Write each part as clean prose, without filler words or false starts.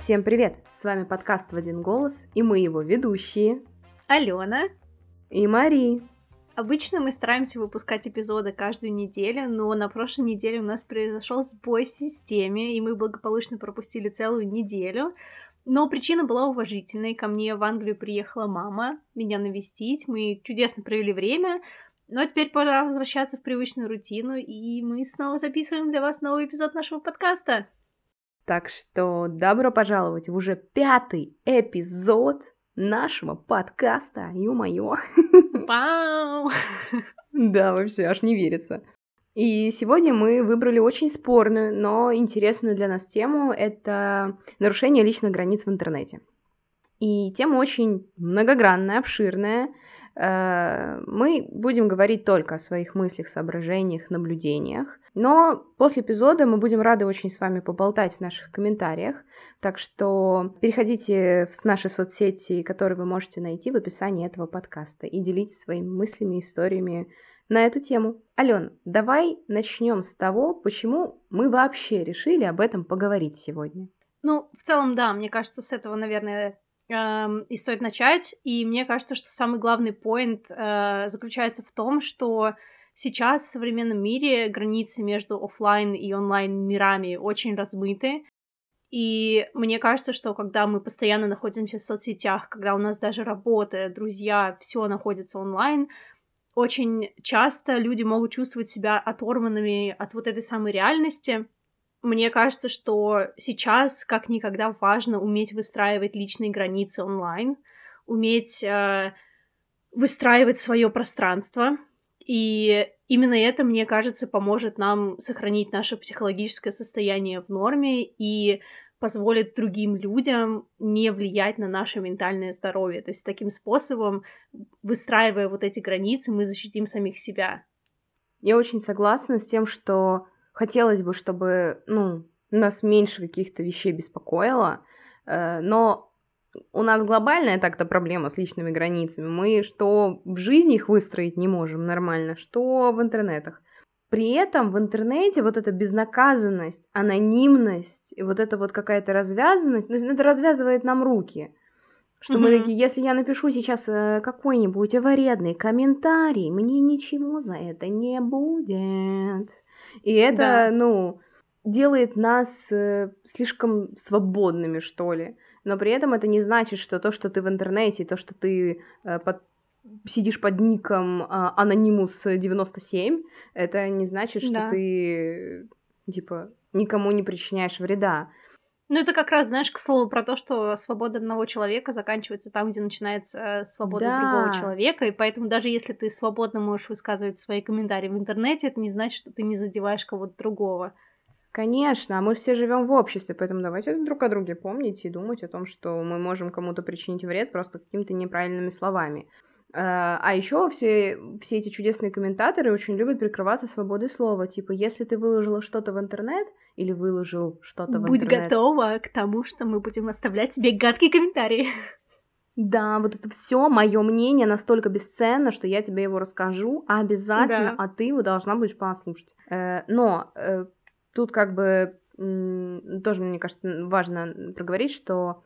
Всем привет! С вами подкаст «В один голос», и мы его ведущие Алена и Мари. Обычно мы стараемся выпускать эпизоды каждую неделю, но на прошлой неделе у нас произошел сбой в системе, и мы благополучно пропустили целую неделю. Но причина была уважительной. Ко мне в Англию приехала мама меня навестить. Мы чудесно провели время, но теперь пора возвращаться в привычную рутину, и мы снова записываем для вас новый эпизод нашего подкаста. Так что добро пожаловать в уже 5-й эпизод нашего подкаста. Ё-моё! Вау! Да, вообще, аж не верится. И сегодня мы выбрали очень спорную, но интересную для нас тему. Это нарушение личных границ в интернете. И тема очень многогранная, обширная. Мы будем говорить только о своих мыслях, соображениях, наблюдениях. Но после эпизода мы будем рады очень с вами поболтать в наших комментариях. Так что переходите в наши соцсети, которые вы можете найти в описании этого подкаста, и делитесь своими мыслями, историями на эту тему. Алён, давай начнем с того, почему мы вообще решили об этом поговорить сегодня. Ну, в целом, да, мне кажется, с этого, наверное, и стоит начать. И мне кажется, что самый главный поинт заключается в том, что сейчас в современном мире границы между офлайн и онлайн мирами очень размыты. И мне кажется, что когда мы постоянно находимся в соцсетях, когда у нас даже работа, друзья, все находится онлайн, очень часто люди могут чувствовать себя оторванными от вот этой самой реальности. Мне кажется, что сейчас как никогда важно уметь выстраивать личные границы онлайн, уметь выстраивать свое пространство. И именно это, мне кажется, поможет нам сохранить наше психологическое состояние в норме и позволит другим людям не влиять на наше ментальное здоровье. То есть таким способом, выстраивая вот эти границы, мы защитим самих себя. Я очень согласна с тем, что хотелось бы, чтобы, нас меньше каких-то вещей беспокоило, но у нас глобальная так-то проблема с личными границами. Мы что в жизни их выстроить не можем нормально, что в интернетах. При этом в интернете вот эта безнаказанность, анонимность и вот эта вот какая-то развязанность, это развязывает нам руки. Что мы такие, если я напишу сейчас какой-нибудь вредный комментарий, мне ничего за это не будет. И это, делает нас слишком свободными, что ли. Но при этом это не значит, что то, что ты в интернете, то, что ты сидишь под ником Anonymous97, это не значит, что ты, никому не причиняешь вреда. Ну, это как раз, знаешь, к слову про то, что свобода одного человека заканчивается там, где начинается свобода другого человека, и поэтому даже если ты свободно можешь высказывать свои комментарии в интернете, это не значит, что ты не задеваешь кого-то другого. Конечно, мы все живем в обществе, поэтому давайте друг о друге помнить и думать о том, что мы можем кому-то причинить вред просто какими-то неправильными словами. А еще все эти чудесные комментаторы очень любят прикрываться свободой слова. Типа, если ты выложила что-то в интернет или выложил что-то в интернет... Будь готова к тому, что мы будем оставлять тебе гадкие комментарии. Да, вот это все мое мнение настолько бесценно, что я тебе его расскажу обязательно, а ты его должна будешь послушать. Но тут как бы тоже, мне кажется, важно проговорить, что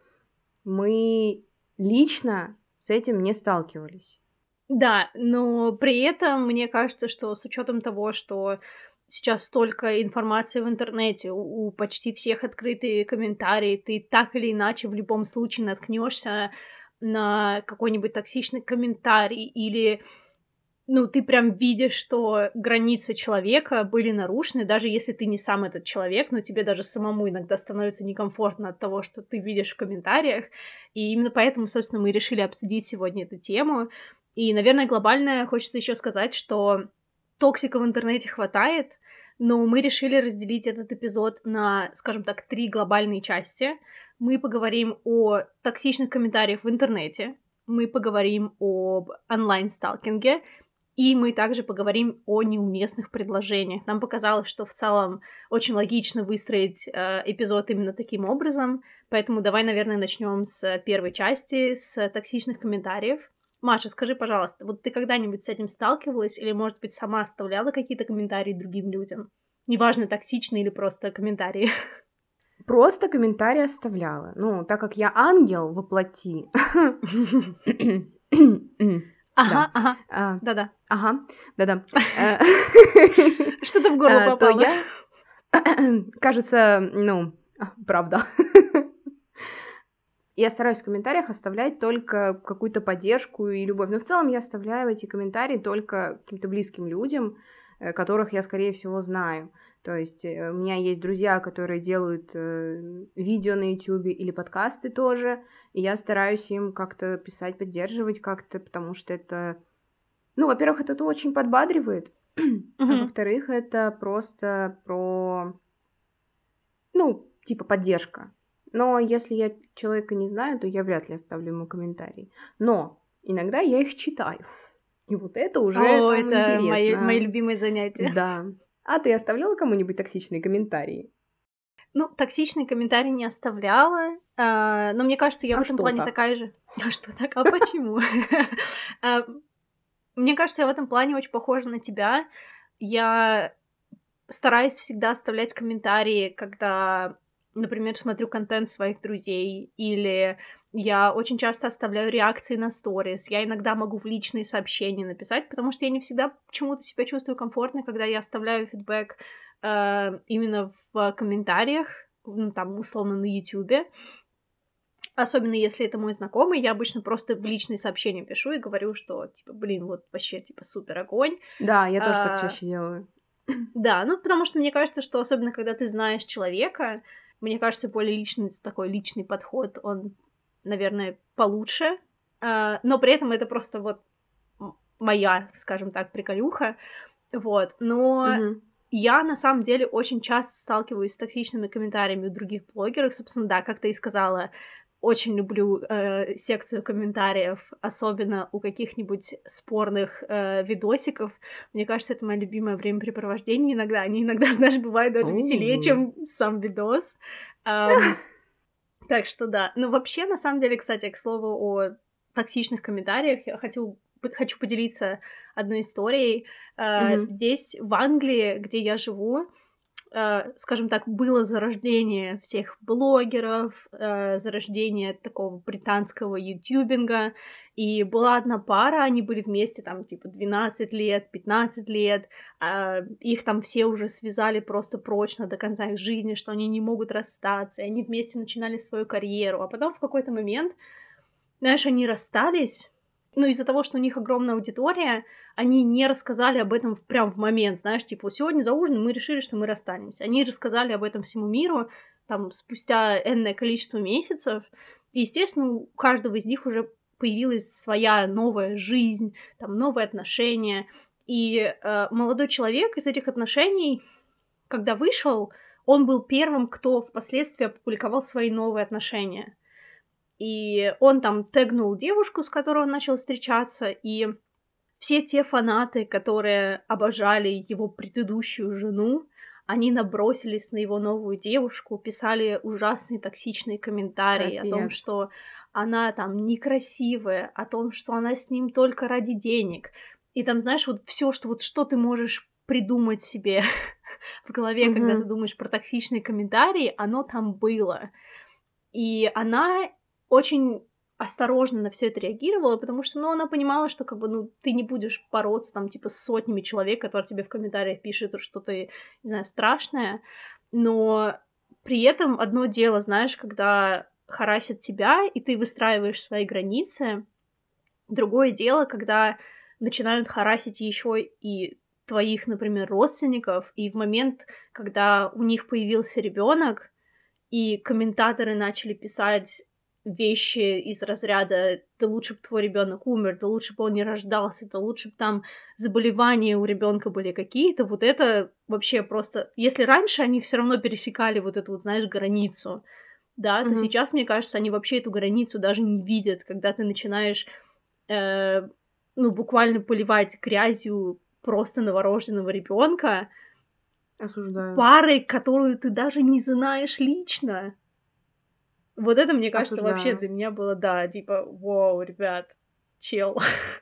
мы лично с этим не сталкивались. Да, но при этом мне кажется, что с учетом того, что сейчас столько информации в интернете, у почти всех открытые комментарии, ты так или иначе в любом случае наткнешься на какой-нибудь токсичный комментарий или ты прям видишь, что границы человека были нарушены, даже если ты не сам этот человек, но тебе даже самому иногда становится некомфортно от того, что ты видишь в комментариях. И именно поэтому, собственно, мы решили обсудить сегодня эту тему. И, наверное, глобально хочется еще сказать, что токсика в интернете хватает, но мы решили разделить этот эпизод на, скажем так, 3 глобальные части. Мы поговорим о токсичных комментариях в интернете, мы поговорим об онлайн-сталкинге, и мы также поговорим о неуместных предложениях. Нам показалось, что в целом очень логично выстроить эпизод именно таким образом, поэтому давай, наверное, начнем с первой части, с токсичных комментариев. Маша, скажи, пожалуйста, вот ты когда-нибудь с этим сталкивалась или, может быть, сама оставляла какие-то комментарии другим людям? Неважно, токсичные или просто комментарии. Просто комментарии оставляла. Ну, так как я ангел во плоти. Ага, Да. ага, А, да-да. Ага, да-да. Что-то в горло То попало. я, кажется, ну, правда. Я стараюсь в комментариях оставлять только какую-то поддержку и любовь. Но в целом я оставляю эти комментарии только каким-то близким людям, которых я, скорее всего, знаю. То есть у меня есть друзья, которые делают видео на YouTube или подкасты тоже, и я стараюсь им как-то писать, поддерживать как-то, потому что это, ну, во-первых, это очень подбадривает, а Мгм. во-вторых, это просто про, ну, типа поддержка. Но если я человека не знаю, то я вряд ли оставлю ему комментарий. Но иногда я их читаю. И вот это уже О, там это мои интересно. любимые занятия. Да. А ты оставляла кому-нибудь токсичные комментарии? Ну, токсичный комментарий не оставляла, но мне кажется, я в А этом что плане так? такая же. А что так? А почему? А, Мне кажется, я в этом плане очень похожа на тебя. Я стараюсь всегда оставлять комментарии, когда, например, смотрю контент своих друзей, или я очень часто оставляю реакции на сторис. Я иногда могу в личные сообщения написать, потому что я не всегда почему-то себя чувствую комфортно, когда я оставляю фидбэк именно в комментариях, ну, там, условно, на Ютубе. Особенно если это мой знакомый, я обычно просто в личные сообщения пишу и говорю, что, типа, блин, вот вообще, типа, супер огонь. Да, я тоже так А, чаще делаю. Да, ну, потому что мне кажется, что особенно когда ты знаешь человека, мне кажется, более личный, такой личный подход, он, наверное, получше, но при этом это просто вот моя, скажем так, приколюха, вот, но Мгм. я, на самом деле, очень часто сталкиваюсь с токсичными комментариями у других блогеров, собственно, да, как ты и сказала, очень люблю секцию комментариев, особенно у каких-нибудь спорных видосиков. Мне кажется, это мое любимое времяпрепровождение иногда. Они иногда, знаешь, бывают даже веселее, Оу. чем сам видос. Ам, так что да. Но вообще, на самом деле, кстати, к слову о токсичных комментариях, я хочу поделиться одной историей. Мгм. Здесь, в Англии, где я живу, скажем так, было зарождение всех блогеров, зарождение такого британского ютубинга, и была одна пара, они были вместе там типа 12 лет, 15 лет, их там все уже связали просто прочно до конца их жизни, что они не могут расстаться, и они вместе начинали свою карьеру, а потом в какой-то момент, знаешь, они расстались, ну, из-за того, что у них огромная аудитория, они не рассказали об этом прям в момент, знаешь, типа, сегодня за ужином мы решили, что мы расстанемся. Они рассказали об этом всему миру, там, спустя энное количество месяцев, и, естественно, у каждого из них уже появилась своя новая жизнь, там, новые отношения, и молодой человек из этих отношений, когда вышел, он был первым, кто впоследствии опубликовал свои новые отношения. И он там тегнул девушку, с которой он начал встречаться, и все те фанаты, которые обожали его предыдущую жену, они набросились на его новую девушку, писали ужасные токсичные комментарии о том, Капец. что она там некрасивая, о том, что она с ним только ради денег. И там, знаешь, вот все, что вот что ты можешь придумать себе в голове, когда ты Мгм. думаешь про токсичные комментарии, оно там было. И она очень осторожно на все это реагировала, потому что, ну, она понимала, что, как бы, ну, ты не будешь бороться там, типа, с сотнями человек, которые тебе в комментариях пишут что-то, не знаю, страшное, но при этом одно дело, знаешь, когда харасят тебя, и ты выстраиваешь свои границы, другое дело, когда начинают харасить еще и твоих, например, родственников, и в момент, когда у них появился ребенок, и комментаторы начали писать вещи из разряда: «Да лучше бы твой ребенок умер, да лучше бы он не рождался, да лучше бы там заболевания у ребенка были какие-то». Вот это вообще просто... Если раньше они все равно пересекали вот эту вот, знаешь, границу, да, то Мгм. сейчас, мне кажется, они вообще эту границу даже не видят, когда ты начинаешь, э, ну, буквально поливать грязью просто новорожденного ребенка Осуждаю. парой, которую ты даже не знаешь лично. Вот это, мне кажется, вообще Осуждаю. для меня было, да, типа, вау, ребят, чел.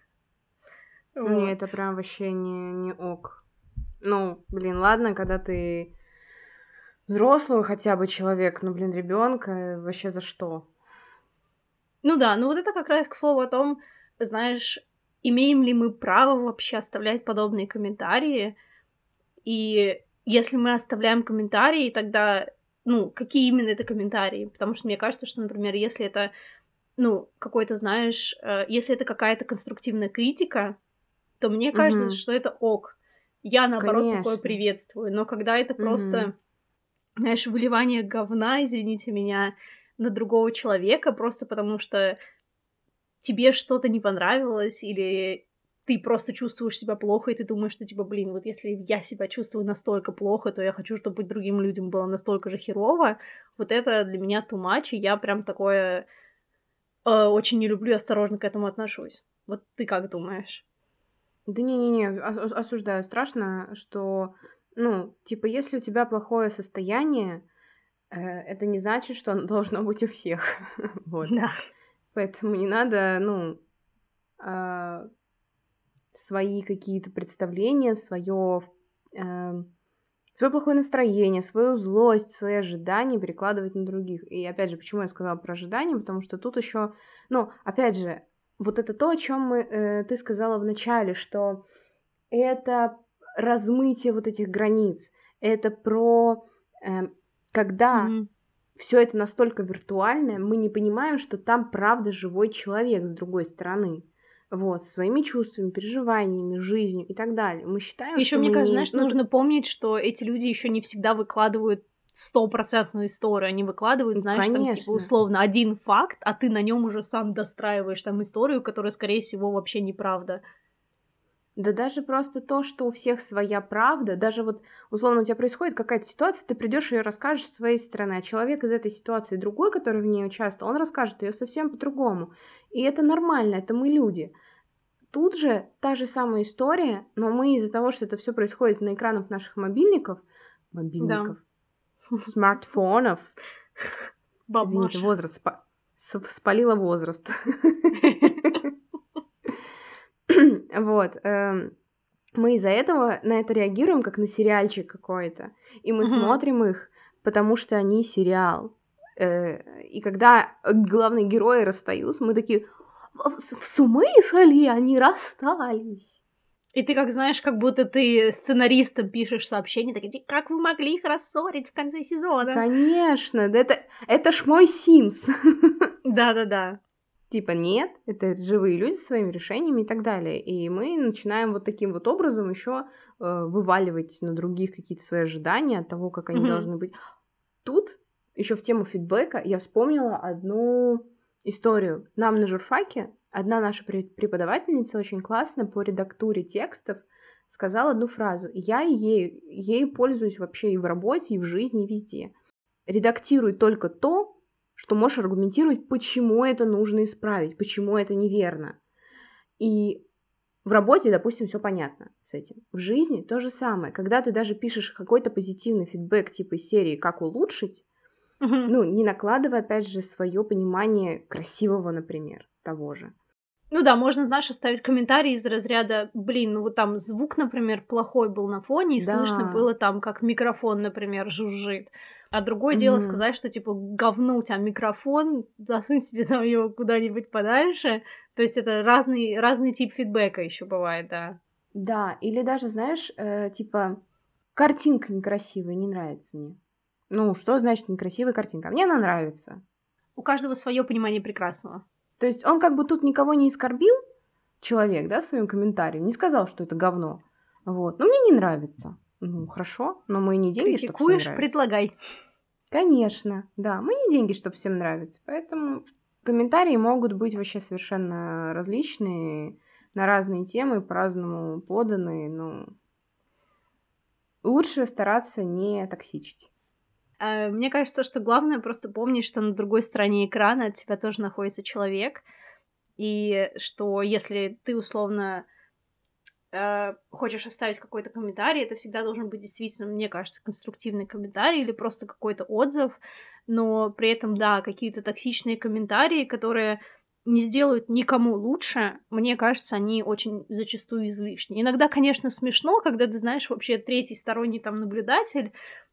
Не, Вот. это прям вообще не ок. Ну, блин, ладно, когда ты Взрослого хотя бы человек, ну, блин, ребенка вообще за что? Ну да, ну вот это как раз к слову о том, знаешь, имеем ли мы право вообще оставлять подобные комментарии, и если мы оставляем комментарии, тогда, ну, какие именно это комментарии? Потому что мне кажется, что, например, если это, ну, какой-то, знаешь, если это какая-то конструктивная критика, то мне кажется, Мгм. что это ок. Я, наоборот, такое Конечно. приветствую. Но когда это Мгм. просто, знаешь, выливание говна, извините меня, на другого человека, просто потому что тебе что-то не понравилось, или ты просто чувствуешь себя плохо, и ты думаешь, что, типа, блин, вот если я себя чувствую настолько плохо, то я хочу, чтобы другим людям было настолько же херово. Вот это для меня too much, и я прям такое очень не люблю и осторожно к этому отношусь. Вот ты как думаешь? Да не-не-не, осуждаю. Страшно, что, ну, типа, если у тебя плохое состояние, это не значит, что оно должно быть у всех. Вот. Да. Поэтому не надо, ну, а, свои какие-то представления, свое плохое настроение, свою злость, свои ожидания перекладывать на других. И опять же, почему я сказала про ожидания? Потому что тут еще, ну, опять же, вот это то, о чем ты сказала в начале, что это размытие вот этих границ. Это про когда Мгм. все это настолько виртуальное, мы не понимаем, что там правда живой человек с другой стороны. Вот, со своими чувствами, переживаниями, жизнью и так далее. Мы считаем, Еще, что мне мы кажется, имеем... знаешь, Ну, это... нужно помнить, что эти люди еще не всегда выкладывают стопроцентную историю. Они выкладывают, Ну, знаешь, там, типа, конечно. условно, один факт, а ты на нем уже сам достраиваешь там историю, которая, скорее всего, вообще неправда. Да даже просто то, что у всех своя правда, даже вот, условно, у тебя происходит какая-то ситуация, ты придешь и расскажешь с своей стороны, а человек из этой ситуации другой, который в ней участвовал, он расскажет ее совсем по-другому. И это нормально, это мы люди. Тут же та же самая история, но мы из-за того, что это все происходит на экранах наших Да, мобильников, смартфонов, извините, бабаша. возраст, спалила возраст. Вот, мы из-за этого на это реагируем, как на сериальчик какой-то. И мы Мгм. смотрим их, потому что они сериал. И когда главные герои расстаются, мы такие: В смысле они расстались?» И ты как знаешь, как будто ты сценаристам пишешь сообщение, такие, как вы могли их рассорить в конце сезона? Конечно, да это ж мой Симс. Да-да-да. Типа нет, это живые люди со своими решениями и так далее. И мы начинаем вот таким вот образом еще вываливать на других какие-то свои ожидания от того, как они Мгм. должны быть. Тут еще в тему фидбэка я вспомнила одну историю. Нам на журфаке одна наша преподавательница очень классно по редактуре текстов сказала одну фразу. И я ею пользуюсь вообще и в работе, и в жизни, и везде. Редактируй только то, что можешь аргументировать, почему это нужно исправить, почему это неверно. И в работе, допустим, все понятно с этим. В жизни то же самое. Когда ты даже пишешь какой-то позитивный фидбэк типа из серии «Как улучшить», Мгм. ну, не накладывая, опять же, свое понимание красивого, например, того же. Ну да, можно, знаешь, оставить комментарий из разряда, блин, ну вот там звук, например, плохой был на фоне, и слышно Да. было там, как микрофон, например, жужжит. А другое дело Мгм. сказать, что типа говно у тебя микрофон, засунь себе там его куда-нибудь подальше. То есть это разный тип фидбэка еще бывает, да. Да, или даже, знаешь, типа, картинка некрасивая, не нравится мне. Ну, что значит некрасивая картинка? Мне она нравится. У каждого свое понимание прекрасного. То есть он как бы тут никого не оскорбил, человек, да, своим комментарием, не сказал, что это говно. Вот. Но мне не нравится. Ну, хорошо, но мы не деньги, чтобы всем Критикуешь, нравиться. предлагай. Конечно, да, мы не деньги, чтобы всем нравиться. Поэтому комментарии могут быть вообще совершенно различные, на разные темы, по-разному поданы. Но лучше стараться не токсичить. Мне кажется, что главное просто помнить, что на другой стороне экрана от тебя тоже находится человек, и что если ты условно хочешь оставить какой-то комментарий, это всегда должен быть действительно, мне кажется, конструктивный комментарий или просто какой-то отзыв, но при этом, да, какие-то токсичные комментарии, которые не сделают никому лучше, мне кажется, они очень зачастую излишни. Иногда, конечно, смешно, когда ты знаешь вообще третий сторонний там наблюдатель,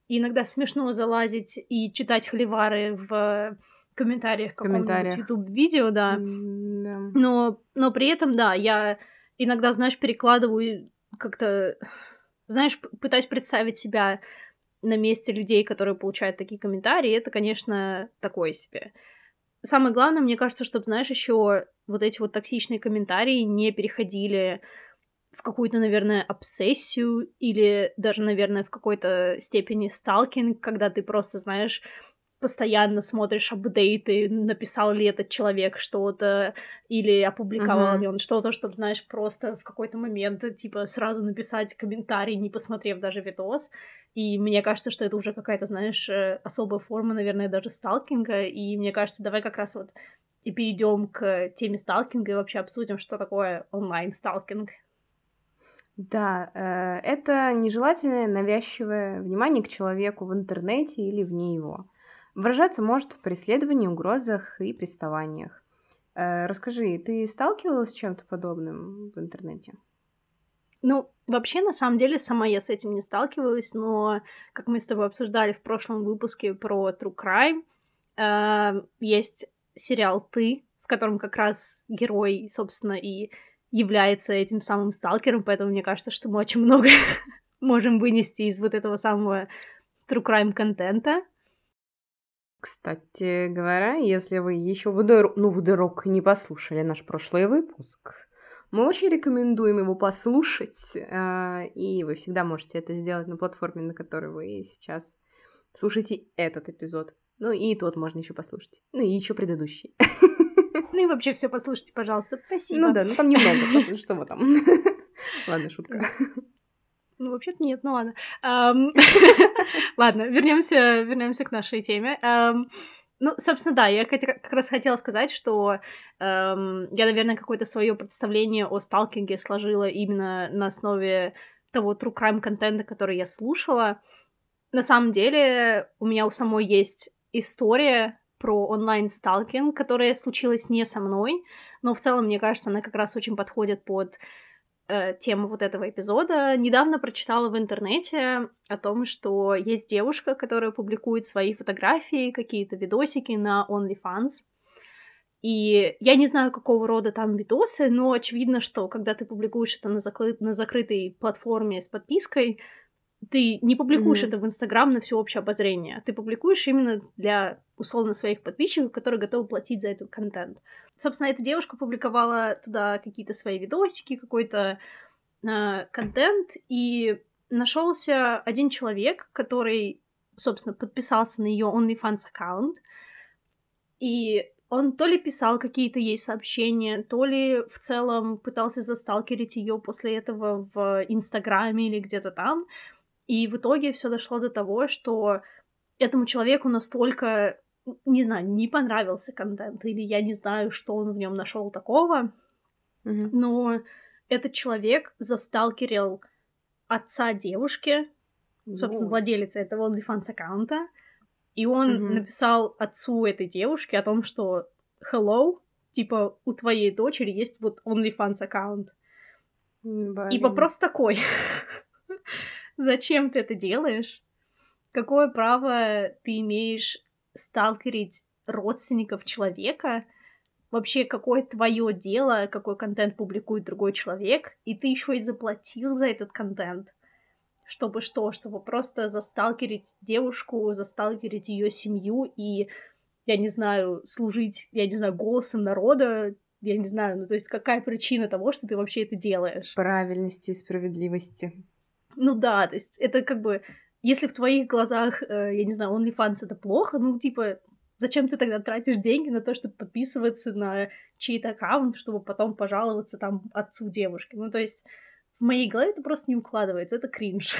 И иногда смешно залазить и читать холивары в комментариях к В какому-нибудь комментариях. YouTube-видео, да. Да. Но при этом, да, я иногда, знаешь, перекладываю как-то, знаешь, пытаюсь представить себя на месте людей, которые получают такие комментарии. Это, конечно, такое себе. Самое главное, мне кажется, чтобы, знаешь, еще вот эти вот токсичные комментарии не переходили в какую-то, наверное, обсессию или даже, наверное, в какой-то степени сталкинг, когда ты просто, знаешь, постоянно смотришь апдейты, написал ли этот человек что-то или опубликовал ли Мгм. он что-то, чтобы, знаешь, просто в какой-то момент, типа, сразу написать комментарий, не посмотрев даже видос. И мне кажется, что это уже какая-то, знаешь, особая форма, наверное, даже сталкинга. И мне кажется, давай как раз вот и перейдем к теме сталкинга и вообще обсудим, что такое онлайн-сталкинг. Да, это нежелательное навязчивое внимание к человеку в интернете или вне его. Выражаться может в преследовании, угрозах и приставаниях. Расскажи, ты сталкивалась с чем-то подобным в интернете? Ну, вообще, на самом деле, сама я с этим не сталкивалась, но, как мы с тобой обсуждали в прошлом выпуске про True Crime, есть сериал «Ты», в котором как раз герой, собственно, и является этим самым сталкером, поэтому мне кажется, что мы очень много можем вынести из вот этого самого True Crime контента. Кстати говоря, если вы еще Вудерок не послушали наш прошлый выпуск, мы очень рекомендуем его послушать, и вы всегда можете это сделать на платформе, на которой вы сейчас слушаете этот эпизод. Ну и тот можно еще послушать. Ну и еще предыдущий. Ну и вообще все послушайте, пожалуйста. Ну Спасибо. да, ну там немного, что вы там. Ладно, шутка. Да. Ну, вообще-то нет, ну ладно. Ладно, вернемся к нашей теме. Ну, собственно, да, я как раз хотела сказать, что я, наверное, какое-то свое представление о сталкинге сложила именно на основе того true crime контента, который я слушала. На самом деле, у меня у самой есть история про онлайн-сталкинг, которая случилась не со мной, но в целом, мне кажется, она как раз очень подходит под тему вот этого эпизода. Недавно прочитала в интернете о том, что есть девушка, которая публикует свои фотографии, какие-то видосики на OnlyFans. И я не знаю, какого рода там видосы, но очевидно, что когда ты публикуешь это на закрытой платформе с подпиской, ты не публикуешь Мгм. это в Инстаграм на всеобщее обозрение. Ты публикуешь именно для, условно, своих подписчиков, которые готовы платить за этот контент. Собственно, эта девушка публиковала туда какие-то свои видосики, какой-то контент, и нашелся один человек, который, собственно, подписался на ее OnlyFans аккаунт, и он то ли писал какие-то ей сообщения, то ли в целом пытался засталкерить ее после этого в Инстаграме или где-то там. И в итоге все дошло до того, что этому человеку настолько, не знаю, не понравился контент, или я не знаю, что он в нем нашел такого, Мгм. но этот человек засталкерил отца девушки, собственно, Ой. владелица этого OnlyFans аккаунта, и он Мгм. написал отцу этой девушки о том, что hello, типа, у твоей дочери есть вот OnlyFans аккаунт. И Блин. вопрос такой: зачем ты это делаешь? Какое право ты имеешь сталкерить родственников человека? Вообще, какое твое дело, какой контент публикует другой человек, и ты еще и заплатил за этот контент? Чтобы что? Чтобы просто засталкерить девушку, засталкерить ее семью и, я не знаю, служить, я не знаю, голосом народа, я не знаю, ну то есть какая причина того, что ты вообще это делаешь? Правильности и справедливости. Ну да, то есть это как бы, если в твоих глазах, я не знаю, OnlyFans это плохо, ну типа, зачем ты тогда тратишь деньги на то, чтобы подписываться на чей-то аккаунт, чтобы потом пожаловаться там отцу девушки? Ну то есть в моей голове это просто не укладывается, это кринж.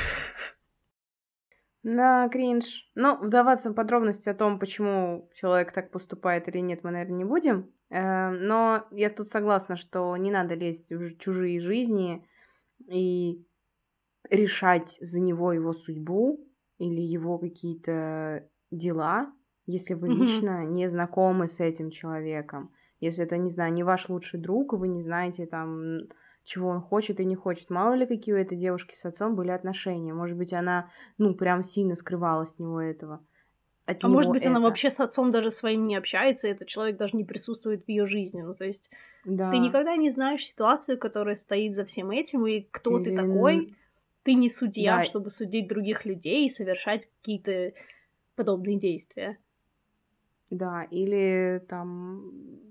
Да, кринж. Ну, вдаваться в подробности о том, почему человек так поступает или нет, мы, наверное, не будем. Но я тут согласна, что не надо лезть в чужие жизни и решать за него его судьбу или его какие-то дела, если вы Мгм. лично не знакомы с этим человеком. Если это, не знаю, не ваш лучший друг, и вы не знаете там чего он хочет и не хочет. Мало ли, какие у этой девушки с отцом были отношения. Может быть, она, прям сильно скрывала с него этого. От А может него быть, она это. вообще с отцом даже своим не общается, и этот человек даже не присутствует в ее жизни. Ну, то есть ты Да. никогда не знаешь ситуацию, которая стоит за всем этим, и кто ты Или... такой. Ты не судья, Да, чтобы судить других людей и совершать какие-то подобные действия. да, или там...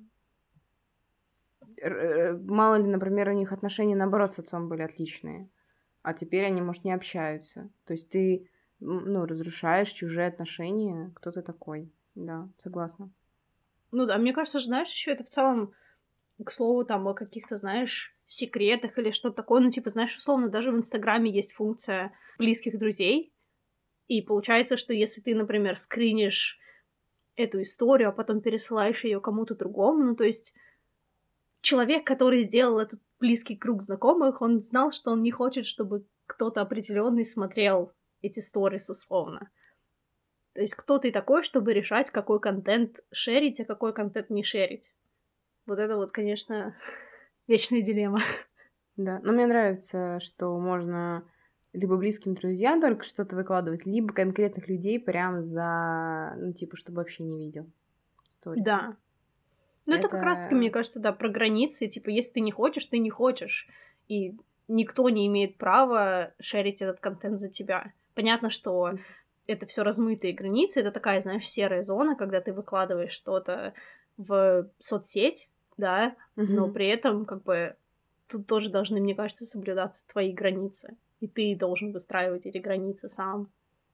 Мало ли, например, у них отношения, наоборот, с отцом были отличные. А теперь они, может, не общаются. То есть ты, разрушаешь чужие отношения. Кто ты такой? Да, согласна. Ну да, мне кажется, знаешь, еще это в целом, к слову, там, о каких-то, знаешь, секретах или что-то такое. Ну, типа, знаешь, условно, даже в Инстаграме есть функция близких друзей. И получается, что если ты, например, скринишь эту историю, а потом пересылаешь ее кому-то другому, ну, то есть человек, который сделал этот близкий круг знакомых, он знал, что он не хочет, чтобы кто-то определенный смотрел эти сторис условно. То есть кто ты такой, чтобы решать, какой контент шерить, а какой контент не шерить? Вот это вот, конечно, вечная дилемма. Да, но мне нравится, что можно либо близким друзьям только что-то выкладывать, либо конкретных людей прям за, чтобы вообще не видел сторисы. Да. Ну, это как раз-таки, мне Это... кажется, да, про границы. Типа, если ты не хочешь, ты не хочешь. И никто не имеет права шерить этот контент за тебя. Понятно, что это все размытые границы. Это такая, знаешь, серая зона, когда ты выкладываешь что-то в соцсеть, да, но при этом, как бы, тут тоже должны, мне кажется, соблюдаться твои границы. И ты должен выстраивать эти границы сам.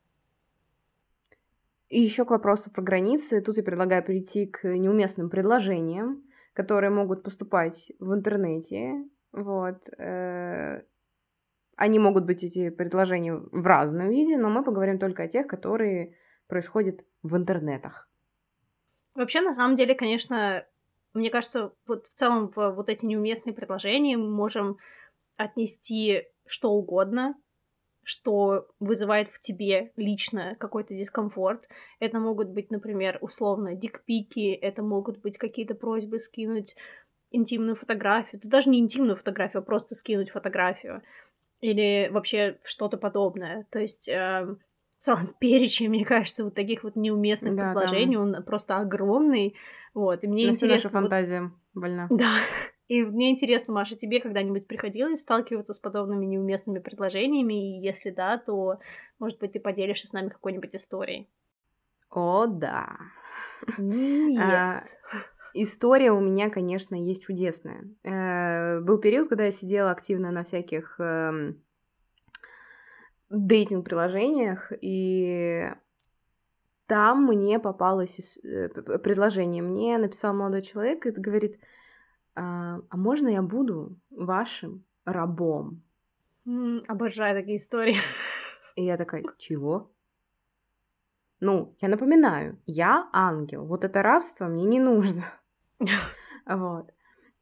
И еще к вопросу про границы. Тут я предлагаю перейти к неуместным предложениям, которые могут поступать в интернете. Вот. Они могут быть, эти предложения, в разном виде, но мы поговорим только о тех, которые происходят в интернетах. Вообще, на самом деле, конечно, мне кажется, вот в целом в вот эти неуместные предложения мы можем отнести что угодно, что вызывает в тебе лично какой-то дискомфорт. Это могут быть, например, условно, дикпики, это могут быть какие-то просьбы скинуть интимную фотографию. Да даже не интимную фотографию, а просто скинуть фотографию. Или вообще что-то подобное. То есть в целом перечень, мне кажется, вот таких вот неуместных Да, предложений, там он просто огромный. Вот, и мне на всю наша интересно... Вот, фантазия больна. да, и мне интересно, Маша, тебе когда-нибудь приходилось сталкиваться с подобными неуместными предложениями? И если да, то, может быть, ты поделишься с нами какой-нибудь историей? О, да. А, Yes. История у меня, конечно, есть чудесная. Был период, когда я сидела активно на всяких дейтинг-приложениях, и там мне попалось предложение. Мне написал молодой человек и говорит: а можно я буду вашим рабом? Обожаю такие истории. И я такая: чего? Я напоминаю, я ангел. Вот это рабство мне не нужно. Вот.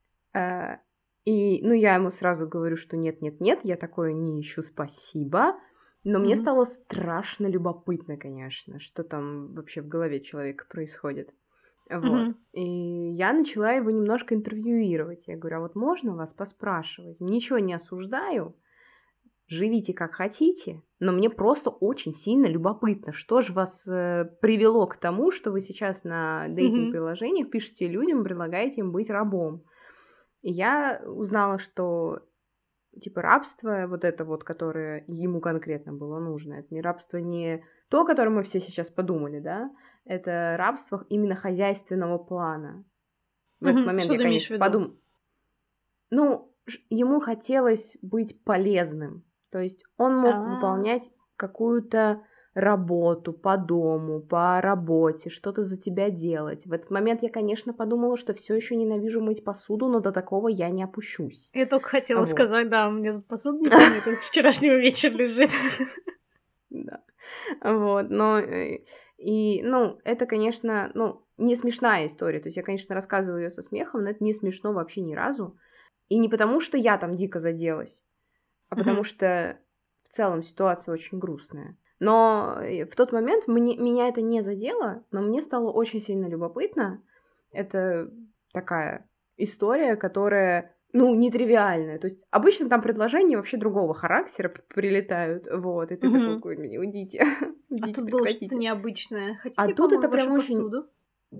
И, я ему сразу говорю, что нет, я такое не ищу, спасибо. Но мне стало страшно любопытно, конечно, что там вообще в голове человека происходит. Вот. И я начала его немножко интервьюировать. Я говорю: а вот можно вас поспрашивать? Ничего не осуждаю, живите как хотите, но мне просто очень сильно любопытно, что же вас привело к тому, что вы сейчас на дейтинг-приложениях пишете людям, предлагаете им быть рабом. И я узнала, что рабство, вот это вот, которое ему конкретно было нужно, это не рабство не то, о котором мы все сейчас подумали, да, это рабство именно хозяйственного плана. В этот момент Что я, ты имеешь в конечно, виду? подумала. Ему хотелось быть полезным. То есть он мог выполнять какую-то работу по дому, по работе, что-то за тебя делать. В этот момент я, конечно, подумала, что все еще ненавижу мыть посуду, но до такого я не опущусь. Я только хотела Вот. сказать, да, у меня посуда не помнит, с вчерашнего вечера лежит. Да. Вот, но это, конечно, не смешная история. То есть я, конечно, рассказываю ее со смехом, но это не смешно вообще ни разу. И не потому, что я там дико заделась, а потому что в целом ситуация очень грустная. Но в тот момент меня это не задело, но мне стало очень сильно любопытно. Это такая история, которая ну, нетривиальное. То есть обычно там предложения вообще другого характера прилетают, вот, и ты такой, Мгм. ну, уйдите, А идите, тут было что-то прекратите. необычное. А Хотите тут это помою прям вашу очень, посуду?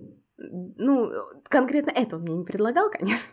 ну, конкретно это он мне не предлагал, конечно.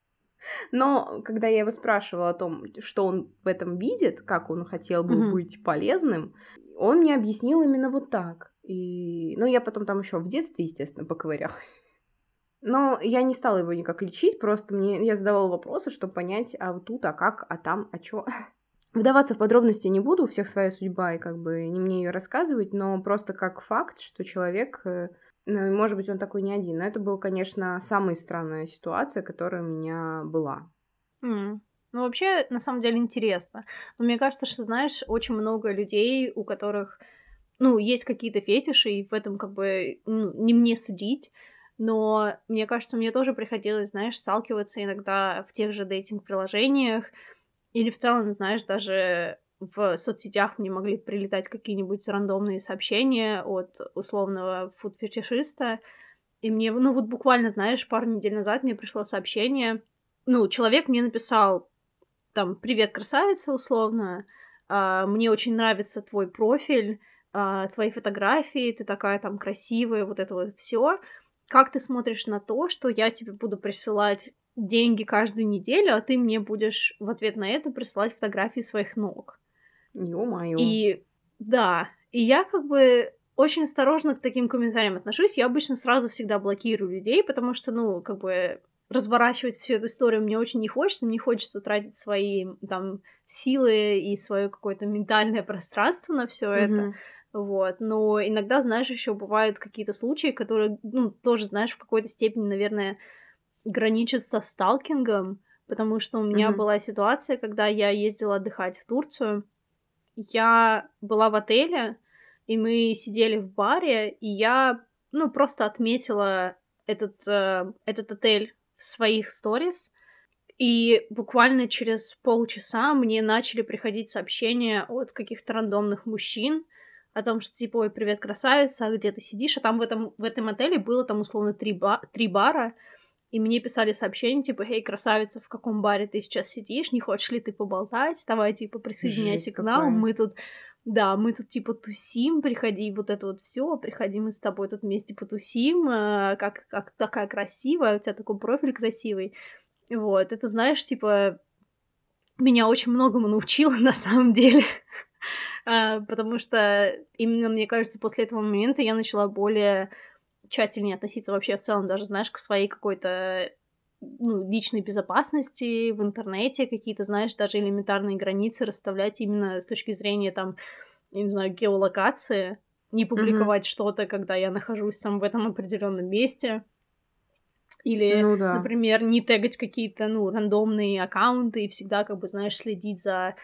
Но когда я его спрашивала о том, что он в этом видит, как он хотел бы Мгм. быть полезным, он мне объяснил именно вот так. И, ну, я потом там еще в детстве, естественно, поковырялась. Но я не стала его никак лечить, просто я задавала вопросы, чтобы понять, а вот тут, а как, а там, а чё. Вдаваться в подробности не буду, у всех своя судьба, и как бы не мне ее рассказывать, но просто как факт, что человек, ну, может быть, он такой не один. Но это была, конечно, самая странная ситуация, которая у меня была. Ну, вообще, на самом деле, интересно. Но мне кажется, что, знаешь, очень много людей, у которых, ну, есть какие-то фетиши, и в этом как бы не мне судить. Но мне кажется, мне тоже приходилось, знаешь, сталкиваться иногда в тех же дейтинг-приложениях или в целом, знаешь, даже в соцсетях мне могли прилетать какие-нибудь рандомные сообщения от условного фуд-фетишиста. И мне, ну, вот буквально, знаешь, пару недель назад мне пришло сообщение. Ну, человек мне написал там: "Привет, красавица", условно. "Мне очень нравится твой профиль, твои фотографии, ты такая там красивая", вот это вот все. "Как ты смотришь на то, что я тебе буду присылать деньги каждую неделю, а ты мне будешь в ответ на это присылать фотографии своих ног?" Ё-моё. И да, и я как бы очень осторожно к таким комментариям отношусь. Я обычно сразу всегда блокирую людей, потому что, ну, как бы разворачивать всю эту историю мне очень не хочется. Не хочется тратить свои там силы и свое какое-то ментальное пространство на все это. Мгм. Вот. Но иногда, знаешь, еще бывают какие-то случаи, которые, ну, тоже, знаешь, в какой-то степени, наверное, граничат со сталкингом, потому что у меня Мгм. была ситуация, когда я ездила отдыхать в Турцию. Я была в отеле, и мы сидели в баре, и я, ну, просто отметила этот отель в своих сторис. И буквально через полчаса мне начали приходить сообщения от каких-то рандомных мужчин о том, что типа: "Ой, привет, красавица, а где ты сидишь?" А там в этом отеле было там условно 3 бара, и мне писали сообщения типа: "Эй, красавица, в каком баре ты сейчас сидишь? Не хочешь ли ты поболтать? Давай, типа, присоединяйся Жесть к нам. какая. Мы тут, типа, тусим, приходи, вот это вот все, приходи, мы с тобой тут вместе потусим, как такая красивая, у тебя такой профиль красивый". Вот, это, знаешь, типа, меня очень многому научило на самом деле, потому что именно, мне кажется, после этого момента я начала более тщательнее относиться вообще в целом даже, знаешь, к своей какой-то, ну, личной безопасности в интернете, какие-то, знаешь, даже элементарные границы расставлять именно с точки зрения, там, я не знаю, геолокации, не Мгм. публиковать что-то, когда я нахожусь там в этом определенном месте, или, Ну да. например, не тегать какие-то, ну, рандомные аккаунты и всегда, как бы, знаешь, следить за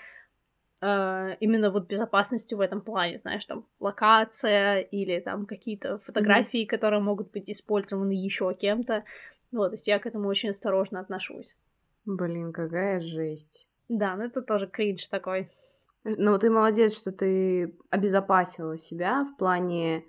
именно вот безопасностью в этом плане, знаешь, там локация или там какие-то Мгм. фотографии, которые могут быть использованы еще кем-то. Вот, то есть я к этому очень осторожно отношусь. Блин, какая жесть. Да, ну это тоже кринж такой. Ну, ты молодец, что ты обезопасила себя в плане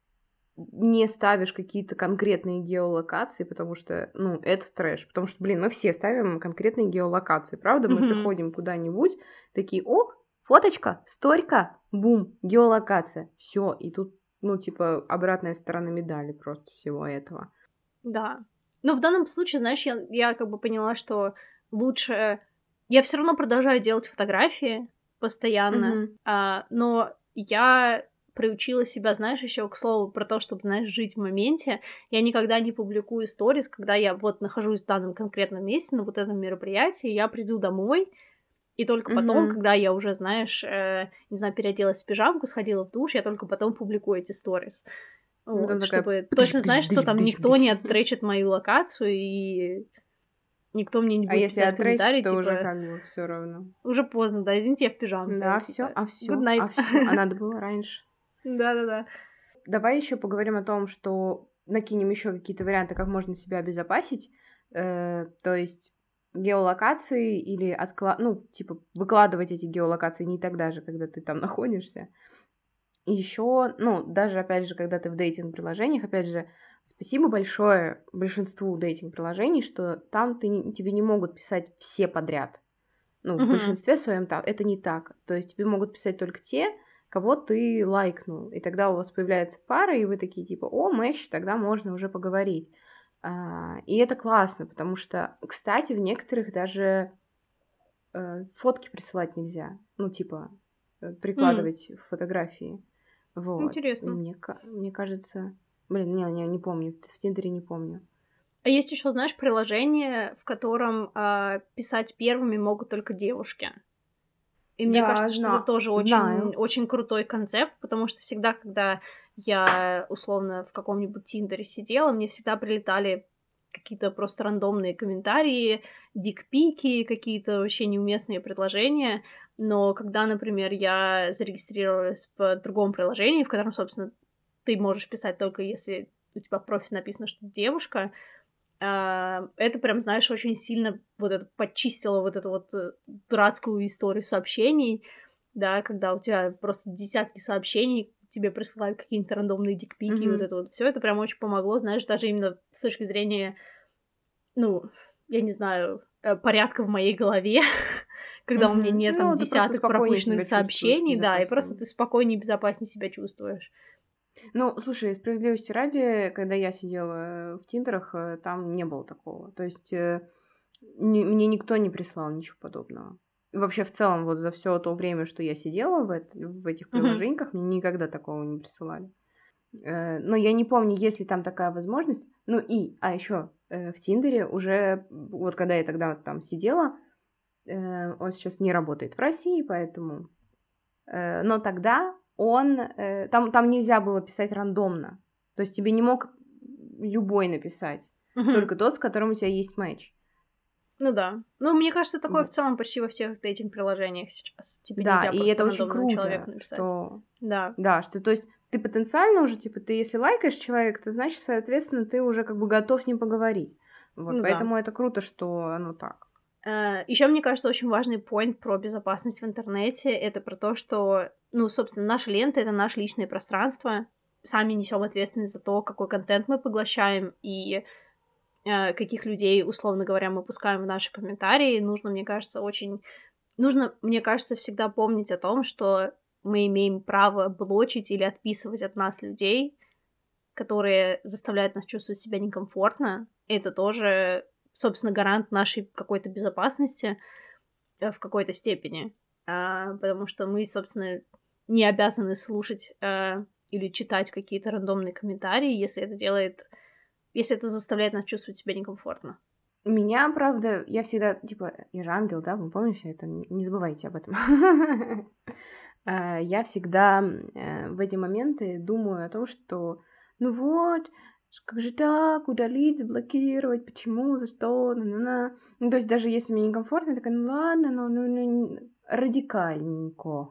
не ставишь какие-то конкретные геолокации, потому что, ну, это трэш. Потому что, блин, мы все ставим конкретные геолокации, правда? Мы Мгм. приходим куда-нибудь, такие: "О, фоточка, сторька, бум, геолокация". Все, и тут, ну, типа, обратная сторона медали просто всего этого. Да. Но в данном случае, знаешь, я как бы поняла, что лучше... Я все равно продолжаю делать фотографии постоянно, Мгм. но я приучила себя, знаешь, еще к слову про то, чтобы, знаешь, жить в моменте. Я никогда не публикую сторис, когда я вот нахожусь в данном конкретном месте, на вот этом мероприятии, я приду домой, и только потом, Мгм. когда я уже, знаешь, не знаю, переоделась в пижамку, сходила в душ, я только потом публикую эти сторис. Ну, там Вот, такая чтобы пыщ точно пыщ знать, что дыщ там дыщ никто не дыщ. оттречит мою локацию, и никто мне не А будет если писать отречь, комментарии, то уже типа: как бы все равно. "Уже поздно, да, извините, я в пижамке", Да, типа "Good все, night". а надо было раньше. Да-да-да. Давай еще поговорим о том, что накинем еще какие-то варианты, как можно себя обезопасить. То есть геолокации или ну, типа, выкладывать эти геолокации не тогда же, когда ты там находишься. И еще, ну, даже, опять же, когда ты в дейтинг-приложениях, опять же, Спасибо большое большинству дейтинг-приложений, что там тебе не могут писать все подряд. Ну, в большинстве своем там это не так. То есть тебе могут писать только те, кого ты лайкнул. И тогда у вас появляется пара, и вы такие типа, о, мэч, тогда можно уже поговорить. И это классно, потому что, кстати, в некоторых даже фотки присылать нельзя. Ну, типа, прикладывать фотографии. Вот. Интересно. Мне кажется... Блин, не помню. В Тиндере не помню. А есть еще, знаешь, приложение, в котором писать первыми могут только девушки. И мне кажется, что это тоже очень, очень крутой концепт, потому что всегда, когда я, условно, в каком-нибудь Тиндере сидела, мне всегда прилетали какие-то просто рандомные комментарии, дикпики, какие-то вообще неуместные предложения. Но когда, например, я зарегистрировалась в другом приложении, в котором, собственно, ты можешь писать только если у тебя в профиле написано, что ты девушка, это прям, знаешь, очень сильно вот это подчистило вот эту вот дурацкую историю сообщений, да, когда у тебя просто десятки сообщений, тебе присылают какие-то рандомные дикпики, и вот это вот все, это прям очень помогло, знаешь, даже именно с точки зрения, ну, я не знаю, порядка в моей голове, когда у меня нет там десяток пропущенных сообщений, да, и просто ты спокойнее и безопаснее себя чувствуешь. Ну, слушай, справедливости ради, когда я сидела в Тиндерах, там не было такого. То есть мне никто не прислал ничего подобного. И вообще, в целом, вот за все то время, что я сидела в этих приложениях, мне никогда такого не присылали. Но я не помню, есть ли там такая возможность. А еще в Тиндере уже, вот когда я тогда там сидела, он сейчас не работает в России, поэтому... Но тогда там нельзя было писать рандомно. То есть тебе не мог любой написать. Только тот, с которым у тебя есть матч. Ну да. Ну, мне кажется, такое в целом почти во всех дейтинг-приложениях сейчас. Тебе да, нельзя и просто это очень круто, человеку написать. Что, то есть, ты потенциально уже, типа, ты если лайкаешь человека, то значит, соответственно, ты уже как бы готов с ним поговорить. Вот, поэтому это круто, что оно так. Еще, мне кажется, очень важный поинт про безопасность в интернете. Это про то, что, ну, собственно, наша лента — это наше личное пространство. Сами несем ответственность за то, какой контент мы поглощаем и каких людей, условно говоря, мы пускаем в наши комментарии. Нужно, мне кажется, всегда помнить о том, что мы имеем право блочить или отписывать от нас людей, которые заставляют нас чувствовать себя некомфортно. Это тоже, собственно, гарант нашей какой-то безопасности в какой-то степени. Потому что мы, собственно, не обязаны слушать или читать какие-то рандомные комментарии, если это заставляет нас чувствовать себя некомфортно. Меня, правда, я всегда, типа, я же ангел, да, вы помните это? Не забывайте об этом. Я всегда в эти моменты думаю о том, что, ну вот, как же так, удалить, заблокировать, почему, за что, на-на-на. Ну, то есть даже если мне некомфортно, я такая, ну ладно, ну радикальненько.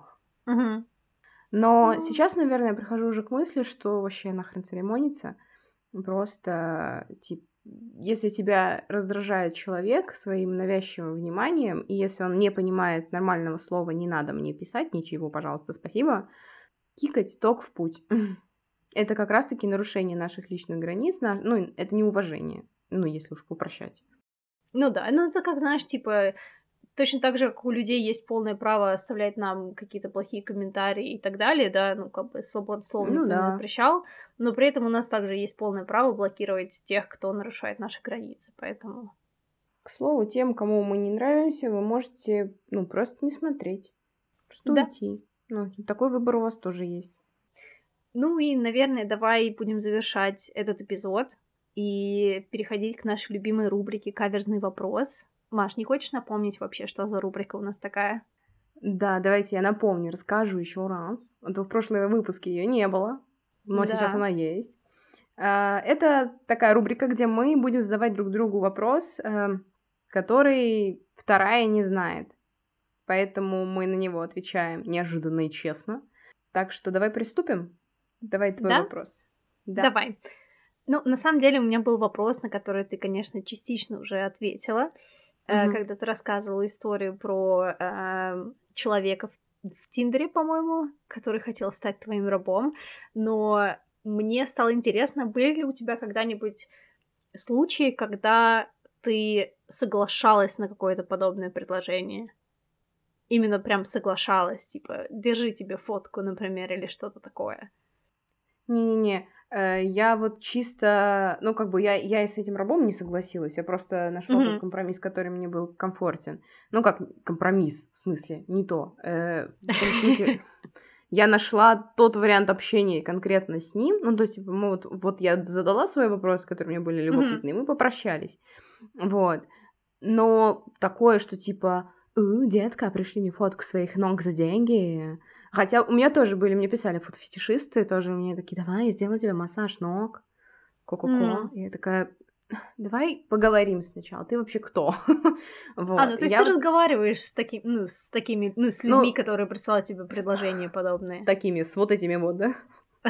Но сейчас, наверное, я прихожу уже к мысли, что вообще нахрен церемониться. Просто, типа, если тебя раздражает человек своим навязчивым вниманием, и если он не понимает нормального слова «не надо мне писать ничего, пожалуйста, спасибо», кикать ток в путь. Это как раз-таки нарушение наших личных границ, ну, это неуважение, ну, если уж упрощать. Ну да, ну это как, знаешь, типа... Точно так же, как у людей есть полное право оставлять нам какие-то плохие комментарии и так далее, да, ну, как бы свободу слова никто не запрещал, но при этом у нас также есть полное право блокировать тех, кто нарушает наши границы, поэтому... К слову, тем, кому мы не нравимся, вы можете, ну, просто не смотреть, просто уйти. Ну, такой выбор у вас тоже есть. Ну и, наверное, давай будем завершать этот эпизод и переходить к нашей любимой рубрике «Каверзный вопрос». Маш, не хочешь напомнить вообще, что за рубрика у нас такая? Да, давайте я напомню, расскажу еще раз. А то в прошлом выпуске ее не было, но сейчас она есть. Это такая рубрика, где мы будем задавать друг другу вопрос, который вторая не знает. Поэтому мы на него отвечаем неожиданно и честно. Так что давай приступим. Давай твой вопрос. Да. Давай. Ну, на самом деле у меня был вопрос, на который ты, конечно, частично уже ответила. Когда ты рассказывала историю про человека в Тиндере, по-моему, который хотел стать твоим рабом, но мне стало интересно, были ли у тебя когда-нибудь случаи, когда ты соглашалась на какое-то подобное предложение? Именно прям соглашалась, типа, держи тебе фотку, например, или что-то такое. Не-не-не, я вот чисто, ну, как бы я и с этим рабом не согласилась, я просто нашла тот компромисс, который мне был комфортен. Ну, как компромисс, в смысле, не то. В смысле, я нашла тот вариант общения конкретно с ним, ну, то есть, типа, мы вот я задала свои вопросы, которые мне были любопытны, и мы попрощались, вот. Но такое, что типа, детка, пришли мне фотку своих ног за деньги. Хотя у меня тоже были, мне писали фотофетишисты, тоже мне такие, давай, я сделаю тебе массаж ног, ко-ко-ко. И я такая, давай поговорим сначала, ты вообще кто? Ну то есть ты разговариваешь с такими, с людьми, которые присылают тебе предложения подобные. С такими, с вот этими вот, да?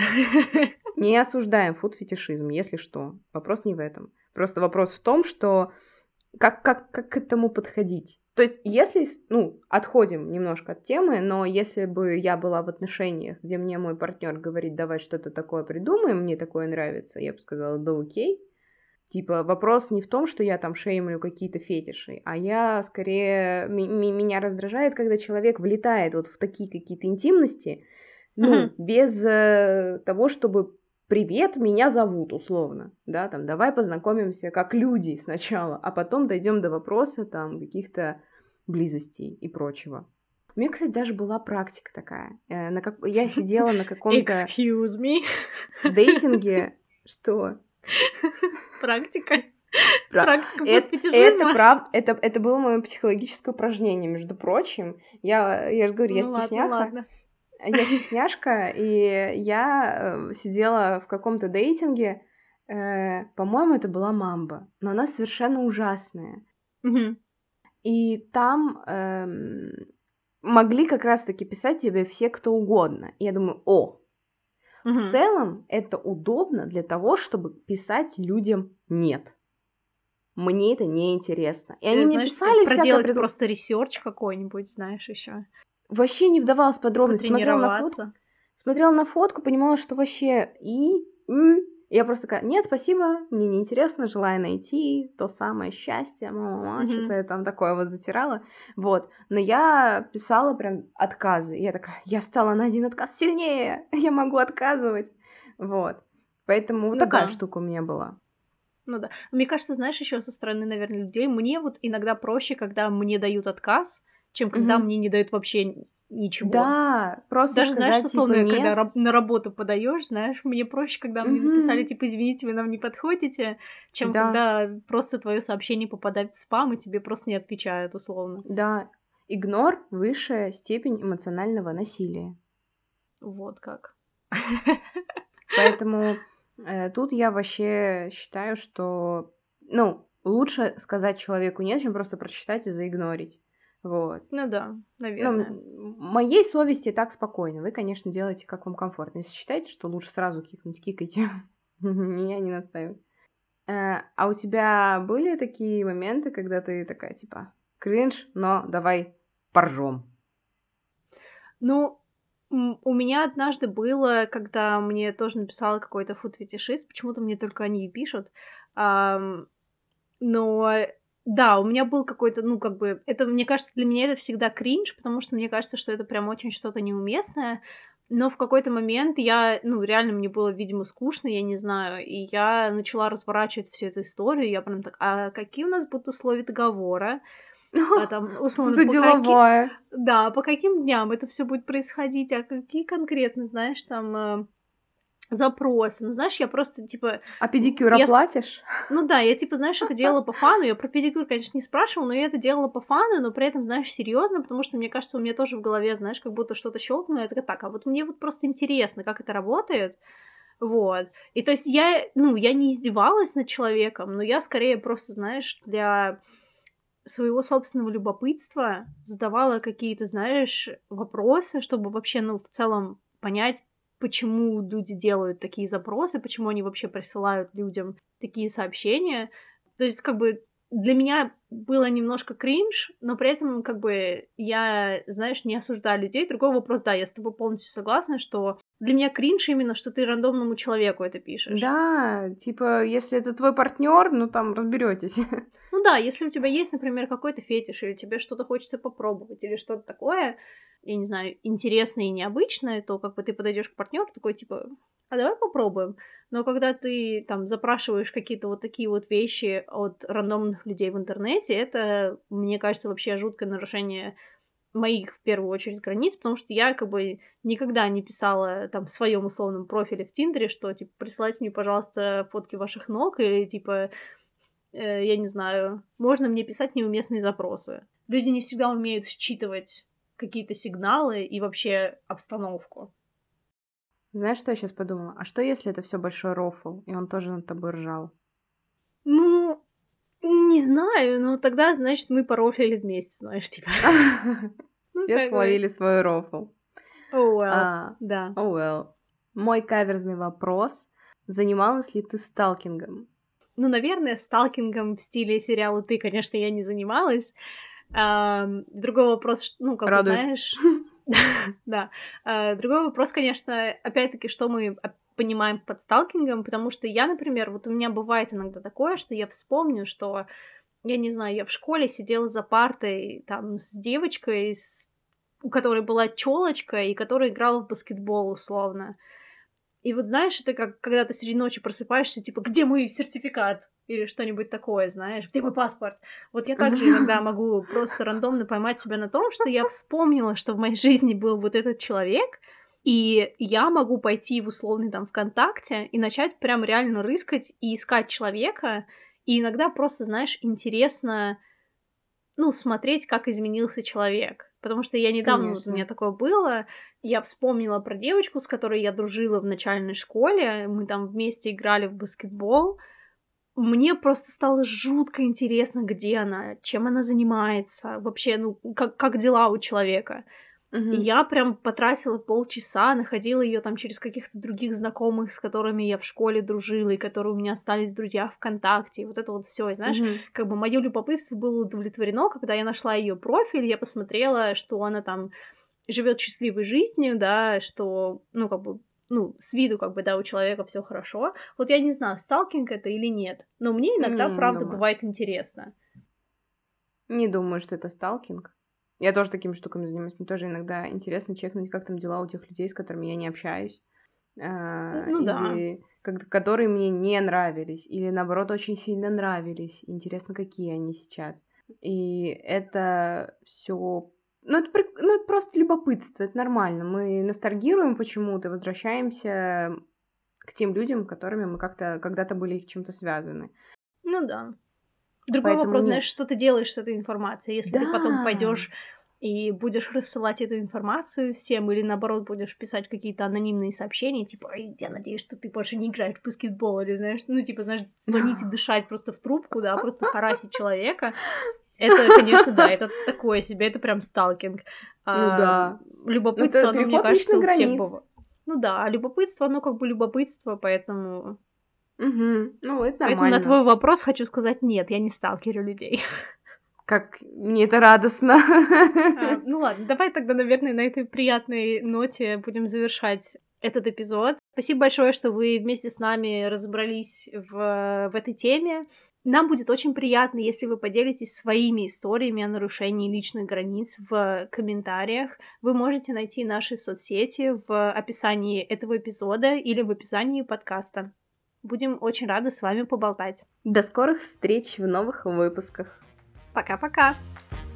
Не осуждаем фуд-фетишизм, если что. Вопрос не в этом. Просто вопрос в том, что как к этому подходить. То есть, если, отходим немножко от темы, но если бы я была в отношениях, где мне мой партнер говорит, давай что-то такое придумаем, мне такое нравится, я бы сказала, да окей. Типа, вопрос не в том, что я там шеймлю какие-то фетиши, а я скорее... Меня раздражает, когда человек влетает вот в такие какие-то интимности, без того, чтобы «Привет, меня зовут», условно, да, там, давай познакомимся как люди сначала, а потом дойдем до вопроса, там, каких-то близостей и прочего. У меня, кстати, даже была практика такая. Я сидела на каком-то... Excuse me? Дейтинге. Что? Практика? Практика фетишизма? Это было мое психологическое упражнение, между прочим. Я же говорю, я стесняха. Ладно. Я стесняшка, и я сидела в каком-то дейтинге, по-моему, это была Мамба, но она совершенно ужасная. И там могли как раз-таки писать тебе все, кто угодно. И я думаю, в целом это удобно для того, чтобы писать людям «нет». Мне это не интересно. И они мне писали проделать просто ресерч какой-нибудь, знаешь, еще. Вообще не вдавалась в подробности. Смотрела на фотку, понимала, что вообще я просто такая, нет, спасибо, мне неинтересно, желаю найти то самое счастье, что-то я там такое вот затирала, вот. Но я писала прям отказы, и я такая, я стала на один отказ сильнее, я могу отказывать, вот. Поэтому вот такая штука у меня была. Ну да. Мне кажется, знаешь, еще со стороны, наверное, людей, мне вот иногда проще, когда мне дают отказ, чем когда мне не дают вообще ничего. Да, просто даже, сказать, знаешь, условно, типа, нет. когда на работу подаешь, знаешь, мне проще, когда мне написали, типа, извините, вы нам не подходите, чем когда просто твое сообщение попадает в спам, и тебе просто не отвечают, условно. Да, игнор — высшая степень эмоционального насилия. Вот как. Поэтому тут я вообще считаю, что, лучше сказать человеку нет, чем просто прочитать и заигнорить. Вот. Ну да, наверное. Моей совести так спокойно. Вы, конечно, делаете, как вам комфортно. Если считаете, что лучше сразу кикнуть, кикайте. Меня не настаивать. А у тебя были такие моменты, когда ты такая, типа, кринж, но давай поржем? Ну, у меня однажды было, когда мне тоже написал какой-то фуд-фетишист, почему-то мне только они и пишут, но да, у меня был какой-то, это, мне кажется, для меня это всегда кринж, потому что мне кажется, что это прям очень что-то неуместное, но в какой-то момент реально мне было, видимо, скучно, я не знаю, и я начала разворачивать всю эту историю, я прям так, а какие у нас будут условия договора? Там, условно, что-то деловое. Да, по каким дням это все будет происходить, а какие конкретно, знаешь, там запросы. Ну, знаешь, я просто, типа... А педикюр оплатишь? Ну да, я, типа, знаешь, это делала по фану. Я про педикюр, конечно, не спрашивала, но я это делала по фану, но при этом, знаешь, серьезно, потому что, мне кажется, у меня тоже в голове, знаешь, как будто что-то щелкнуло. Я такая, так, а вот мне вот просто интересно, как это работает. Вот. И то есть я не издевалась над человеком, но я скорее просто, знаешь, для своего собственного любопытства задавала какие-то, знаешь, вопросы, чтобы вообще, в целом понять, почему люди делают такие запросы, почему они вообще присылают людям такие сообщения. То есть, как бы, для меня было немножко кринж, но при этом, как бы, я, знаешь, не осуждаю людей. Другой вопрос, да, я с тобой полностью согласна, что для меня кринж именно, что ты рандомному человеку это пишешь. Да, типа, если это твой партнер, ну там разберетесь. Ну да, если у тебя есть, например, какой-то фетиш, или тебе что-то хочется попробовать, или что-то такое, я не знаю, интересное и необычное, то как бы ты подойдешь к партнеру такой, типа, а давай попробуем. Но когда ты там запрашиваешь какие-то вот такие вот вещи от рандомных людей в интернете, это, мне кажется, вообще жуткое нарушение моих, в первую очередь, границ, потому что я как бы никогда не писала там в своем условном профиле в Тиндере, что, типа, присылайте мне, пожалуйста, фотки ваших ног, или, типа, я не знаю, можно мне писать неуместные запросы. Люди не всегда умеют считывать какие-то сигналы и вообще обстановку. Знаешь, что я сейчас подумала? А что, если это все большой рофл, и он тоже над тобой ржал? Ну, не знаю, но тогда, значит, мы порофлили вместе, знаешь, типа. Все словили свой рофл. Oh well, да. Oh well. Мой каверзный вопрос. Занималась ли ты сталкингом? Ну, наверное, сталкингом в стиле сериала «Ты», конечно, я не занималась. Другой вопрос, ну, как бы, знаешь... Да. Другой вопрос, конечно, опять-таки, что мы понимаем под сталкингом, потому что я, например, вот у меня бывает иногда такое, что я вспомню, что, я не знаю, я в школе сидела за партой там с девочкой, у которой была чёлочка и которая играла в баскетбол условно. И вот знаешь, это как когда ты среди ночи просыпаешься, типа, где мой сертификат? Или что-нибудь такое, знаешь, где мой паспорт? Вот я также иногда могу просто рандомно поймать себя на том, что я вспомнила, что в моей жизни был вот этот человек, и я могу пойти в условный там ВКонтакте и начать прям реально рыскать и искать человека, и иногда просто, знаешь, интересно, ну, смотреть, как изменился человек. Потому что я недавно, вот у меня такое было, я вспомнила про девочку, с которой я дружила в начальной школе, мы там вместе играли в баскетбол. Мне просто стало жутко интересно, где она, чем она занимается, вообще, ну, как дела у человека. И я прям потратила полчаса, находила ее там через каких-то других знакомых, с которыми я в школе дружила, и которые у меня остались друзья ВКонтакте, и вот это вот все, знаешь, как бы мое любопытство было удовлетворено, когда я нашла ее профиль, я посмотрела, что она там живет счастливой жизнью, да, что, ну, как бы, ну, с виду, как бы, да, у человека все хорошо. Вот я не знаю, сталкинг это или нет, но мне иногда, правда, бывает интересно. Не думаю, что это сталкинг. Я тоже такими штуками занимаюсь. Мне тоже иногда интересно чекнуть, как там дела у тех людей, с которыми я не общаюсь. Или которые мне не нравились, или, наоборот, очень сильно нравились. Интересно, какие они сейчас. И это все... Ну, это просто любопытство, это нормально. Мы ностальгируем почему-то, возвращаемся к тем людям, которыми мы когда-то были чем-то связаны. Ну да. Другой вопрос, знаешь, что ты делаешь с этой информацией, если ты потом пойдешь и будешь рассылать эту информацию всем, или наоборот будешь писать какие-то анонимные сообщения, типа, я надеюсь, что ты больше не играешь в баскетбол, или, знаешь, ну, типа, знаешь, звонить и дышать просто в трубку, да, просто харасить человека. Это, конечно, да, это такое себе, это прям сталкинг. Ну да. Любопытство, оно, мне кажется, у всех бывает. Ну да, любопытство, оно как бы любопытство, поэтому... Ну, это нормально. Поэтому на твой вопрос хочу сказать, нет, я не сталкерю людей. Как мне это радостно. Ну ладно, давай тогда, наверное, на этой приятной ноте будем завершать этот эпизод. Спасибо большое, что вы вместе с нами разобрались в этой теме. Нам будет очень приятно, если вы поделитесь своими историями о нарушении личных границ в комментариях. Вы можете найти наши соцсети в описании этого эпизода или в описании подкаста. Будем очень рады с вами поболтать. До скорых встреч в новых выпусках. Пока-пока!